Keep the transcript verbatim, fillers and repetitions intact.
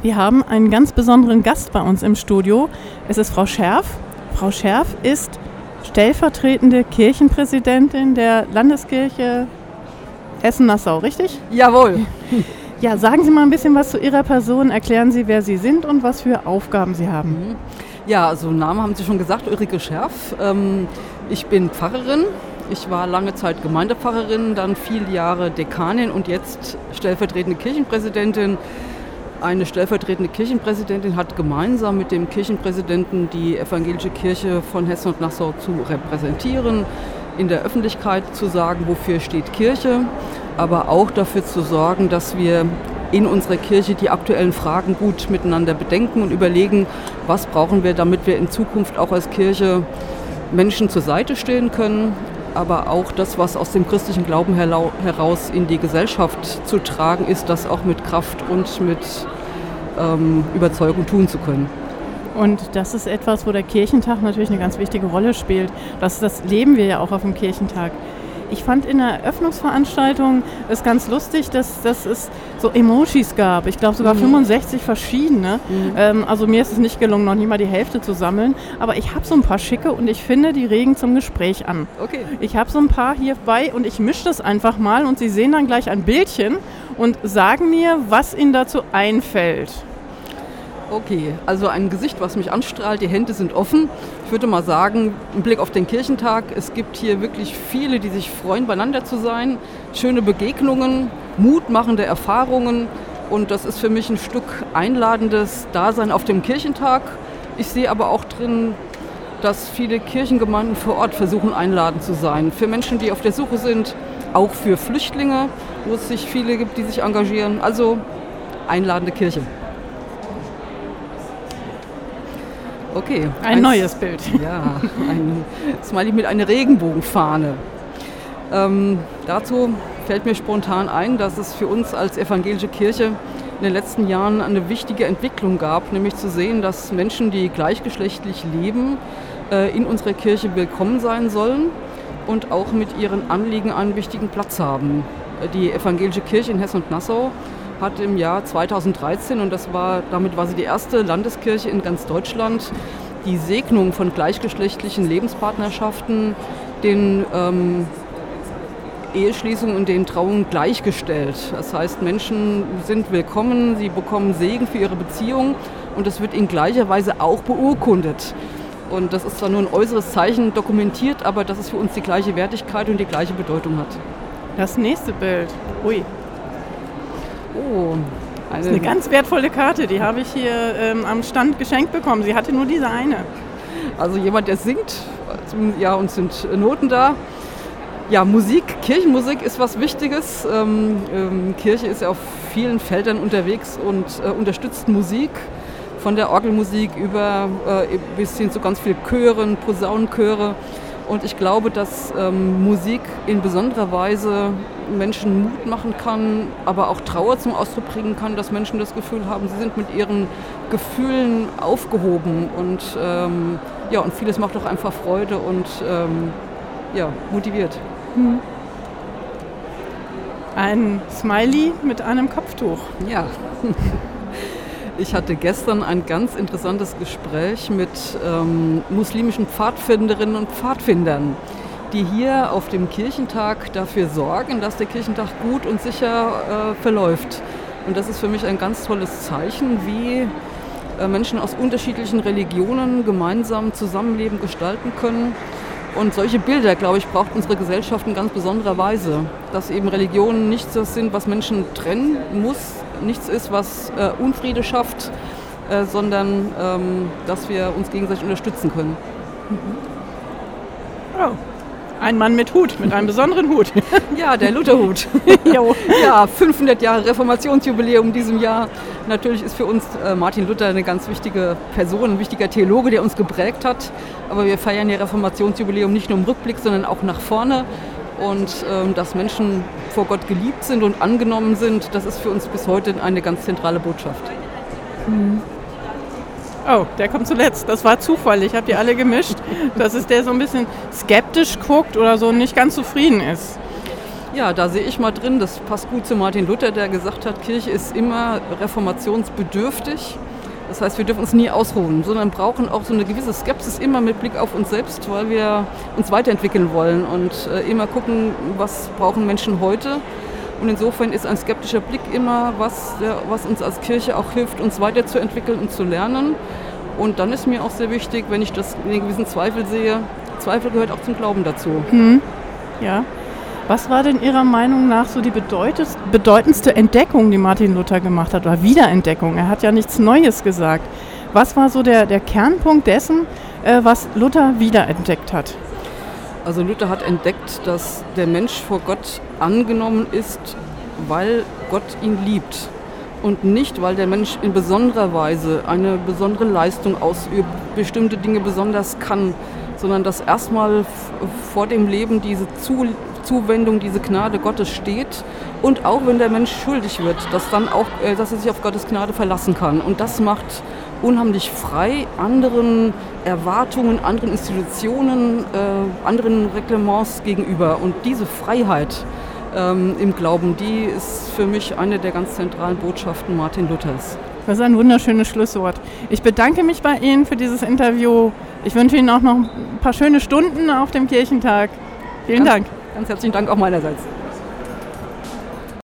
Wir haben einen ganz besonderen Gast bei uns im Studio. Es ist Frau Scherf. Frau Scherf ist stellvertretende Kirchenpräsidentin der Landeskirche Hessen-Nassau, richtig? Jawohl. Ja, sagen Sie mal ein bisschen was zu Ihrer Person. Erklären Sie, wer Sie sind und was für Aufgaben Sie haben. Ja, also Namen haben Sie schon gesagt, Ulrike Scherf. Ähm, ich bin Pfarrerin. Ich war lange Zeit Gemeindepfarrerin, dann viele Jahre Dekanin und jetzt stellvertretende Kirchenpräsidentin. Eine stellvertretende Kirchenpräsidentin hat gemeinsam mit dem Kirchenpräsidenten die evangelische Kirche von Hessen und Nassau zu repräsentieren, in der Öffentlichkeit zu sagen, wofür steht Kirche, aber auch dafür zu sorgen, dass wir in unserer Kirche die aktuellen Fragen gut miteinander bedenken und überlegen, was brauchen wir, damit wir in Zukunft auch als Kirche Menschen zur Seite stehen können, aber auch das, was aus dem christlichen Glauben heraus in die Gesellschaft zu tragen ist, das auch mit Kraft und mit ähm, Überzeugung tun zu können. Und das ist etwas, wo der Kirchentag natürlich eine ganz wichtige Rolle spielt. Das, das leben wir ja auch auf dem Kirchentag. Ich fand in der Eröffnungsveranstaltung es ganz lustig, dass, dass es so Emojis gab. Ich glaube sogar mhm. fünfundsechzig verschiedene. Mhm. Ähm, also mir ist es nicht gelungen, noch nicht mal die Hälfte zu sammeln. Aber ich habe so ein paar schicke und ich finde, die regen zum Gespräch an. Okay. Ich habe so ein paar hier bei und ich mische das einfach mal und Sie sehen dann gleich ein Bildchen und sagen mir, was Ihnen dazu einfällt. Okay, also ein Gesicht, was mich anstrahlt, die Hände sind offen. Ich würde mal sagen, ein Blick auf den Kirchentag, es gibt hier wirklich viele, die sich freuen, beieinander zu sein. Schöne Begegnungen, mutmachende Erfahrungen und das ist für mich ein Stück einladendes Dasein auf dem Kirchentag. Ich sehe aber auch drin, dass viele Kirchengemeinden vor Ort versuchen, einladend zu sein. Für Menschen, die auf der Suche sind, auch für Flüchtlinge, wo es sich viele gibt, die sich engagieren. Also einladende Kirche. Okay. Ein, ein neues Bild. Ja, ein Smiley mit einer Regenbogenfahne. Ähm, dazu fällt mir spontan ein, dass es für uns als evangelische Kirche in den letzten Jahren eine wichtige Entwicklung gab, nämlich zu sehen, dass Menschen, die gleichgeschlechtlich leben, äh, in unserer Kirche willkommen sein sollen und auch mit ihren Anliegen einen wichtigen Platz haben. Die evangelische Kirche in Hessen und Nassau hat im Jahr zweitausenddreizehn, und das war, damit war sie die erste Landeskirche in ganz Deutschland, die Segnung von gleichgeschlechtlichen Lebenspartnerschaften, den ähm, Eheschließungen und den Trauungen gleichgestellt. Das heißt, Menschen sind willkommen, sie bekommen Segen für ihre Beziehung und das wird in gleicher Weise auch beurkundet. Und das ist zwar nur ein äußeres Zeichen dokumentiert, aber dass es für uns die gleiche Wertigkeit und die gleiche Bedeutung hat. Das nächste Bild. Ui. Oh, eine, das ist eine ganz wertvolle Karte, die habe ich hier ähm, am Stand geschenkt bekommen. Sie hatte nur diese eine. Also jemand, der singt, ja, und sind Noten da. Ja, Musik, Kirchenmusik ist was Wichtiges. Ähm, ähm, Kirche ist ja auf vielen Feldern unterwegs und äh, unterstützt Musik. Von der Orgelmusik über äh, bis hin zu ganz vielen Chören, Posaunenchöre. Und ich glaube, dass ähm, Musik in besonderer Weise Menschen Mut machen kann, aber auch Trauer zum Ausdruck bringen kann, dass Menschen das Gefühl haben, sie sind mit ihren Gefühlen aufgehoben. Und, ähm, ja, und vieles macht auch einfach Freude und ähm, ja, motiviert. Hm. Ein Smiley mit einem Kopftuch. Ja. Ich hatte gestern ein ganz interessantes Gespräch mit ähm, muslimischen Pfadfinderinnen und Pfadfindern, die hier auf dem Kirchentag dafür sorgen, dass der Kirchentag gut und sicher äh, verläuft. Und das ist für mich ein ganz tolles Zeichen, wie äh, Menschen aus unterschiedlichen Religionen gemeinsam Zusammenleben gestalten können. Und solche Bilder, glaube ich, braucht unsere Gesellschaft in ganz besonderer Weise. Dass eben Religionen nichts das sind, was Menschen trennen muss, nichts ist, was äh, Unfriede schafft, äh, sondern ähm, dass wir uns gegenseitig unterstützen können. Mhm. Oh. Ein Mann mit Hut, mit einem besonderen Hut. Ja, der Lutherhut. Ja, fünfhundert Jahre Reformationsjubiläum in diesem Jahr. Natürlich ist für uns äh, Martin Luther eine ganz wichtige Person, ein wichtiger Theologe, der uns geprägt hat. Aber wir feiern ihr Reformationsjubiläum nicht nur im Rückblick, sondern auch nach vorne. Und ähm, dass Menschen vor Gott geliebt sind und angenommen sind, das ist für uns bis heute eine ganz zentrale Botschaft. Mhm. Oh, der kommt zuletzt. Das war Zufall. Ich habe die alle gemischt. Das ist der so ein bisschen skeptisch guckt oder so nicht ganz zufrieden ist. Ja, da sehe ich mal drin, das passt gut zu Martin Luther, der gesagt hat, Kirche ist immer reformationsbedürftig. Das heißt, wir dürfen uns nie ausruhen, sondern brauchen auch so eine gewisse Skepsis immer mit Blick auf uns selbst, weil wir uns weiterentwickeln wollen und äh, immer gucken, was brauchen Menschen heute. Und insofern ist ein skeptischer Blick immer was, der, was uns als Kirche auch hilft, uns weiterzuentwickeln und zu lernen. Und dann ist mir auch sehr wichtig, wenn ich das in gewissen Zweifel sehe, Zweifel gehört auch zum Glauben dazu. Hm. Ja. Was war denn Ihrer Meinung nach so die bedeutendste Entdeckung, die Martin Luther gemacht hat, oder Wiederentdeckung? Er hat ja nichts Neues gesagt. Was war so der, der Kernpunkt dessen, äh, was Luther wiederentdeckt hat? Also Luther hat entdeckt, dass der Mensch vor Gott angenommen ist, weil Gott ihn liebt. Und nicht, weil der Mensch in besonderer Weise eine besondere Leistung ausübt, bestimmte Dinge besonders kann, sondern dass erstmal f- vor dem Leben diese Zu- Zuwendung, diese Gnade Gottes steht. Und auch wenn der Mensch schuldig wird, dass, dann auch, äh, dass er sich auf Gottes Gnade verlassen kann. Und das macht unheimlich frei, anderen Erwartungen, anderen Institutionen, äh, anderen Reglements gegenüber. Und diese Freiheit ähm, im Glauben, die ist für mich eine der ganz zentralen Botschaften Martin Luthers. Das ist ein wunderschönes Schlusswort. Ich bedanke mich bei Ihnen für dieses Interview. Ich wünsche Ihnen auch noch ein paar schöne Stunden auf dem Kirchentag. Vielen ganz, Dank. Ganz herzlichen Dank auch meinerseits.